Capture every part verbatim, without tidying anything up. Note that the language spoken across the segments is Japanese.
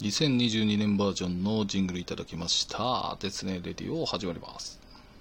にせんにじゅうにねんバージョンのジングルいただきましたですね、レディオ始まります。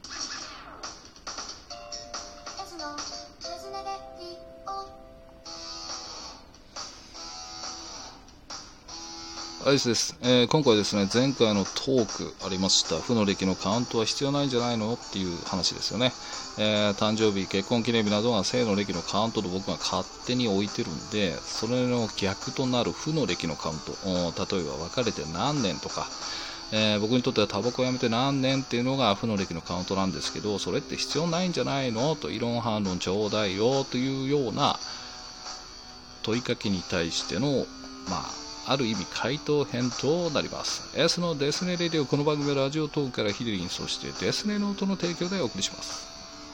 アイスです、えー、今回ですね、前回のトークありました負の歴のカウントは必要ないんじゃないのっていう話ですよね。えー、誕生日、結婚記念日などが正の歴のカウントと僕が勝手に置いてるんで、それの逆となる負の歴のカウント、例えば別れて何年とか、えー、僕にとってはタバコをやめて何年っていうのが負の歴のカウントなんですけど、それって必要ないんじゃないのと、異論反論ちょうだいよというような問いかけに対しての、まあある意味回答編となります。 S のデスネレディオ、この番組はラジオトークからヒデリン、そしてデスネノートの提供でお送りします。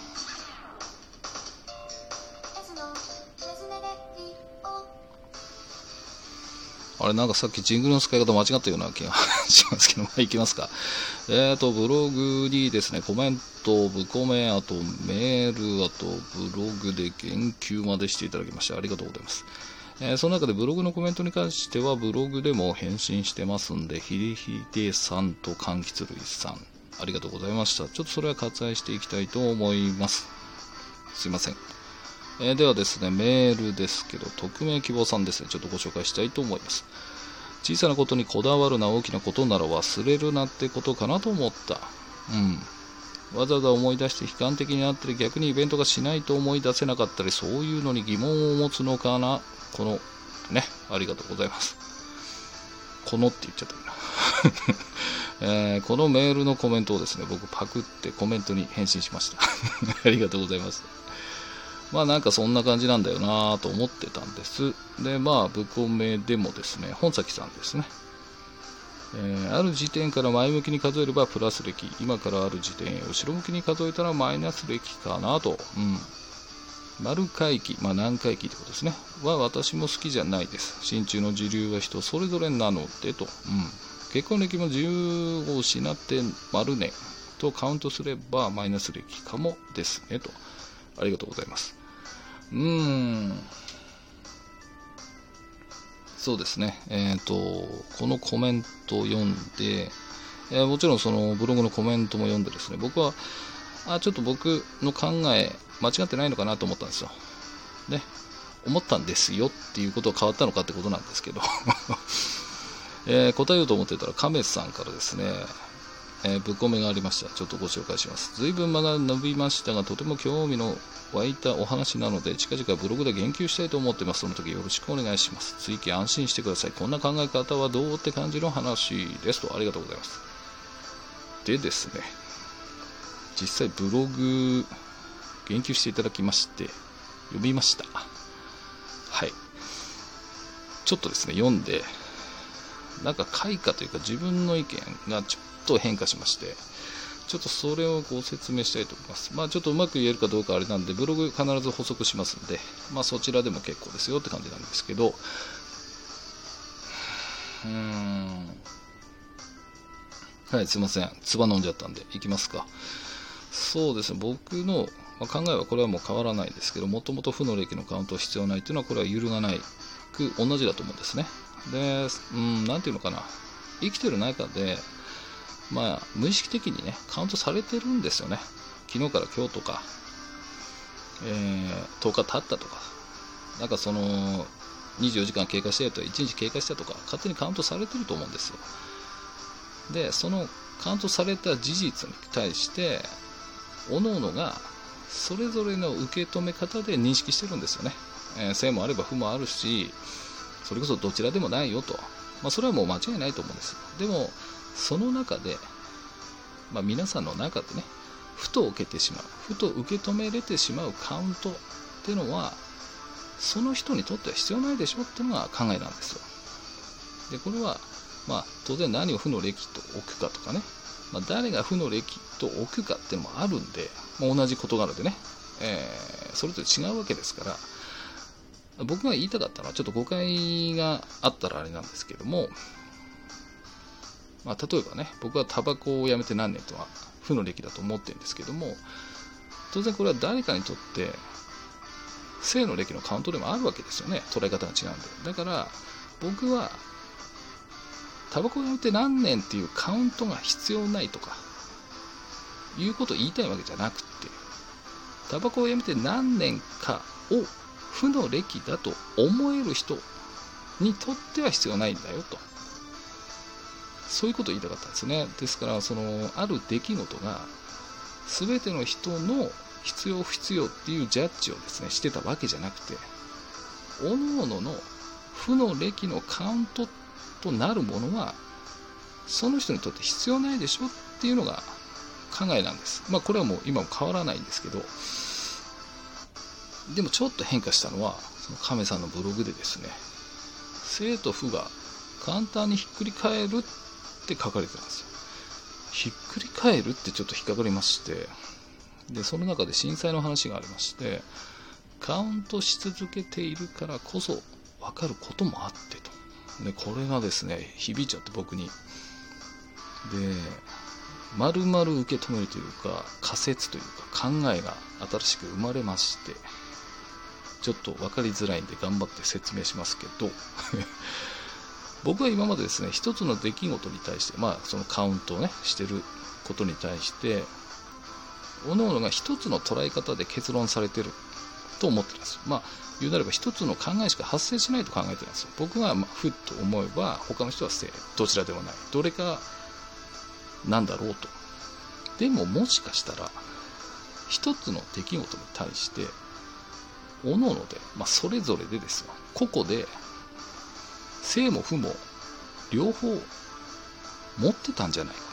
あれ、なんかさっきジングルの使い方間違ったような気がしますけど、まあいきますか。えーとブログにですね、コメント、ブコメ、あとメール、あとブログで言及までしていただきましてありがとうございます。えー、その中でブログのコメントに関してはブログでも返信してますんで、ひでひでさんと柑橘類さん、ありがとうございました。ちょっとそれは割愛していきたいと思います。すいません。えー、ではですね、メールですけど、匿名希望さんですね、ちょっとご紹介したいと思います。小さなことにこだわるな、大きなことなら忘れるなってことかなと思った。うん。わざわざ思い出して悲観的になったり、逆にイベントがしないと思い出せなかったり、そういうのに疑問を持つのかな。このね、ありがとうございます。このって言っちゃったな、えー、このメールのコメントをですね、僕パクってコメントに返信しましたありがとうございます。まあなんかそんな感じなんだよなと思ってたんです。で、まあブコメでもですね、本崎さんですね、えー、ある時点から前向きに数えればプラス歴、今からある時点へ後ろ向きに数えたらマイナス歴かなと。うん、丸回帰、まあ何回忌ってことですね、は私も好きじゃないです。心中の時流は人それぞれなのでと。うん、結婚歴も自由を失って丸年とカウントすればマイナス歴かもですねと。ありがとうございます。うーん、そうですね、えっとこのコメントを読んで、えー、もちろんそのブログのコメントも読んでですね、僕はあちょっと僕の考え間違ってないのかなと思ったんですよ。ね、思ったんですよっていうことは変わったのかってことなんですけど、えー、答えようと思ってたら亀さんからですね、えー、ぶっこめがありました。ちょっとご紹介します。随分間が伸びましたが、とても興味の湧いたお話なので、近々ブログで言及したいと思ってます。その時よろしくお願いします。追記安心してください。こんな考え方はどうって感じの話ですと。ありがとうございます。でですね、実際ブログ言及していただきまして読みました。はい、ちょっとですね読んで、なんか開花というか自分の意見がちょっと変化しまして、ちょっとそれをご説明したいと思います。まあちょっとうまく言えるかどうかあれなんで、ブログ必ず補足しますんで、まあそちらでも結構ですよって感じなんですけど、うーん、はい、すいません、唾飲んじゃったんでいきますか。そうですね、僕の考えはこれはもう変わらないですけど、もともと負の歴のカウント必要ないというのはこれは揺るがないく同じだと思うんですね。で、うん、なんていうのかな、生きてる中で、まあ無意識的にねカウントされてるんですよね。昨日から今日とか、えー、とおか経ったとか、なんかそのにじゅうよじかん経過したとかいちにち経過したとか勝手にカウントされてると思うんですよ。で、そのカウントされた事実に対して各々がそれぞれの受け止め方で認識してるんですよね。えー、正もあれば負もあるし、それこそどちらでもないよと、まあ、それはもう間違いないと思うんです。でもその中で、まあ、皆さんの中でね、ふと受けてしまう、ふと受け止めれてしまうカウントっていうのはその人にとっては必要ないでしょっていうのが考えなんですよ。でこれは、まあ、当然何を負の歴と置くかとかね、まあ、誰が負の歴と置くかっていうのもあるんで、まあ、同じ事柄でね、えー、それぞれ違うわけですから、僕が言いたかったのはちょっと誤解があったらあれなんですけども、まあ、例えばね、僕はタバコをやめて何年とは負の歴だと思ってるんですけども、当然これは誰かにとって正の歴のカウントでもあるわけですよね。捉え方が違うんで。だから僕はタバコをやめて何年っていうカウントが必要ないとかいうことを言いたいわけじゃなくて、タバコをやめて何年かを負の歴だと思える人にとっては必要ないんだよと、そういうことを言いたかったんですね。ですからそのある出来事が全ての人の必要不必要っていうジャッジをですねしてたわけじゃなくて、各々の負の歴のカウントとなるものはその人にとって必要ないでしょっていうのが考えなんです。まあこれはもう今も変わらないんですけど、でもちょっと変化したのはその亀さんのブログでですね、生と負が簡単にひっくり返るって書かれてたんですよ。ひっくり返るってちょっと引っかかりまして、でその中で震災の話がありまして、カウントし続けているからこそ分かることもあってと、でこれがですね響いちゃって僕に、で丸々受け止めるというか仮説というか考えが新しく生まれまして、ちょっと分かりづらいんで頑張って説明しますけど僕は今までですね一つの出来事に対して、まあそのカウントをねしてることに対して各々が一つの捉え方で結論されてると思ってるんですよ。まあ言うなれば一つの考えしか発生しないと考えてるんですよ。僕がまあふっと思えば他の人は正、どちらでもない、どれかなんだろうと。でももしかしたら一つの出来事に対して各々で、まあ、それぞれでですよ、個々で正も負も両方持ってたんじゃないか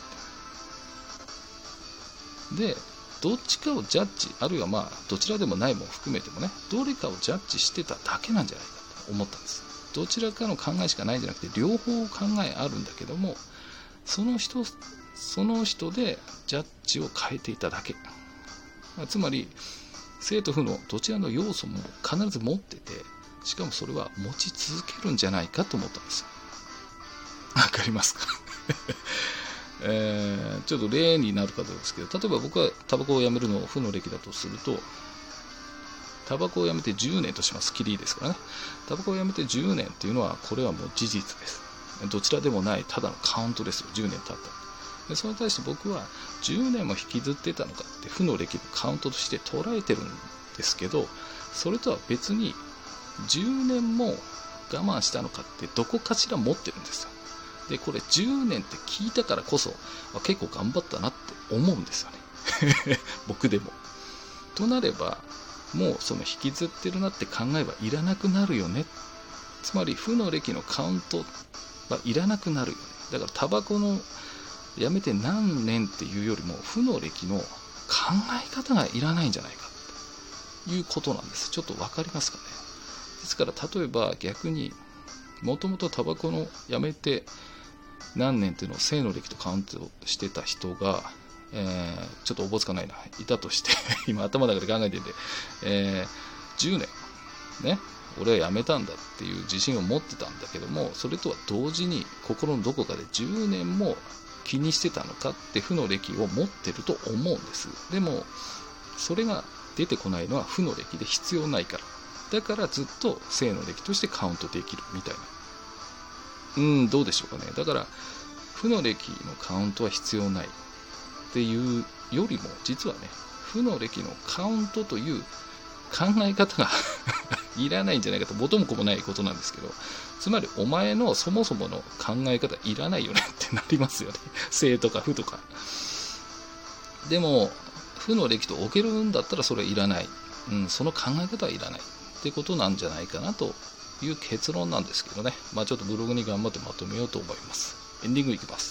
って。でどっちかをジャッジ、あるいはまあどちらでもないも含めてもね、どれかをジャッジしてただけなんじゃないかと思ったんです。どちらかの考えしかないんじゃなくて両方考えあるんだけども、その人その人でジャッジを変えていただけ、つまり正と負のどちらの要素も必ず持ってて、しかもそれは持ち続けるんじゃないかと思ったんですよ。わかりますかえー、ちょっと例になるかどうかですけど、例えば僕はタバコをやめるのを負の歴だとすると、タバコをやめてじゅうねんとします。きりいいですからね。タバコをやめてじゅうねんっていうのはこれはもう事実です。どちらでもないただのカウントですよ。じゅうねん経った。でそれに対して僕はじゅうねんも引きずってたのかって負の歴のカウントとして捉えてるんですけど、それとは別にじゅうねんも我慢したのかってどこかしら持ってるんですよ。でこれじゅうねんって聞いたからこそ結構頑張ったなって思うんですよね僕でも。となればもうその引きずってるなって考えはいらなくなるよね。つまり負の歴のカウントはいらなくなるよね。だからタバコのやめて何年っていうよりも負の歴の考え方がいらないんじゃないかということなんです。ちょっと分かりますかね。ですから例えば逆にもともとタバコのやめて何年っていうのを正の歴とカウントしてた人が、えー、ちょっとおぼつかないないたとして今頭の中で考えてるんで、えー、じゅうねんね俺はやめたんだっていう自信を持ってたんだけども、それとは同時に心のどこかでじゅうねんも気にしてたのかって負の歴を持ってると思うんです。でもそれが出てこないのは負の歴で必要ないから、だからずっと正の歴としてカウントできるみたいな、うーんどうでしょうかね。だから負の歴のカウントは必要ないっていうよりも、実はね負の歴のカウントという考え方がいらないんじゃないかと、元も子もないことなんですけど、つまりお前のそもそもの考え方いらないよねってなりますよね正とか負とか。でも負の歴と置けるんだったらそれはいらない、うん、その考え方はいらないってことなんじゃないかなという結論なんですけどね。まあちょっとブログに頑張ってまとめようと思います。エンディングいきます。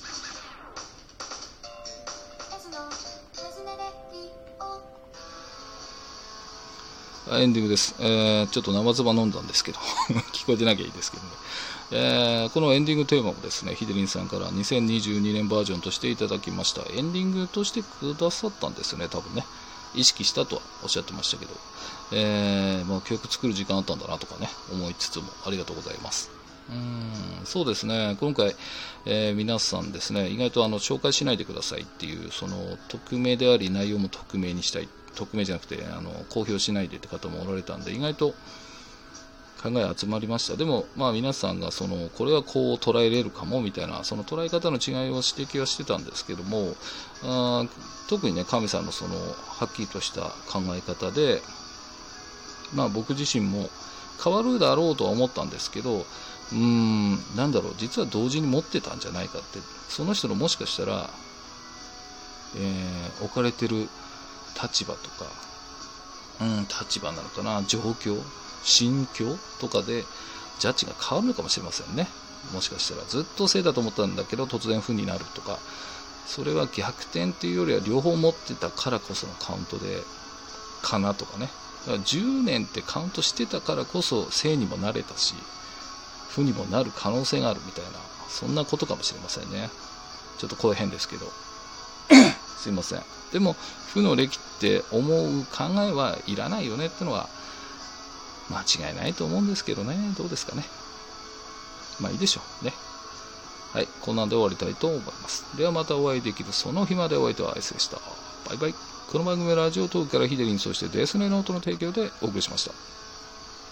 エンディングです。えー、ちょっと生唾飲んだんですけど聞こえてなきゃいいですけどね。えー、このエンディングテーマもですね、ヒデリンさんからにせんにじゅうにねんバージョンとしていただきました。エンディングとしてくださったんですよね、多分ね。意識したとはおっしゃってましたけど、えーまあ、曲作る時間あったんだなとかね思いつつもありがとうございます。うーんそうですね、今回、えー、皆さんですね、意外とあの紹介しないでくださいっていう、その匿名であり内容も匿名にしたい、匿名じゃなくてあの公表しないでって方もおられたんで、意外と考え集まりました。でも、まあ、皆さんがそのこれはこう捉えれるかもみたいなその捉え方の違いを指摘はしてたんですけども、あ特にね神さんのそのはっきりとした考え方で、まあ、僕自身も変わるだろうとは思ったんですけど、うーんなんだろう実は同時に持ってたんじゃないかって、その人のもしかしたら、えー、置かれてる立場とか、うん、立場なのかな、状況心境とかでジャッジが変わるのかもしれませんね。もしかしたらずっと正だと思ったんだけど突然負になるとか、それは逆転っていうよりは両方持ってたからこそのカウントでかなとかね。だからじゅうねんってカウントしてたからこそ正にもなれたし負にもなる可能性があるみたいな、そんなことかもしれませんね。ちょっと声変ですけどすいません。でも負の歴って思う考えはいらないよねってのは間違いないと思うんですけどね。どうですかね。まあいいでしょうね。はい、こんなんで終わりたいと思います。ではまたお会いできるその日まで。お相手はアイスでした。バイバイ。この番組はラジオトークからヒデリン、そしてデスネノートの提供でお送りしました。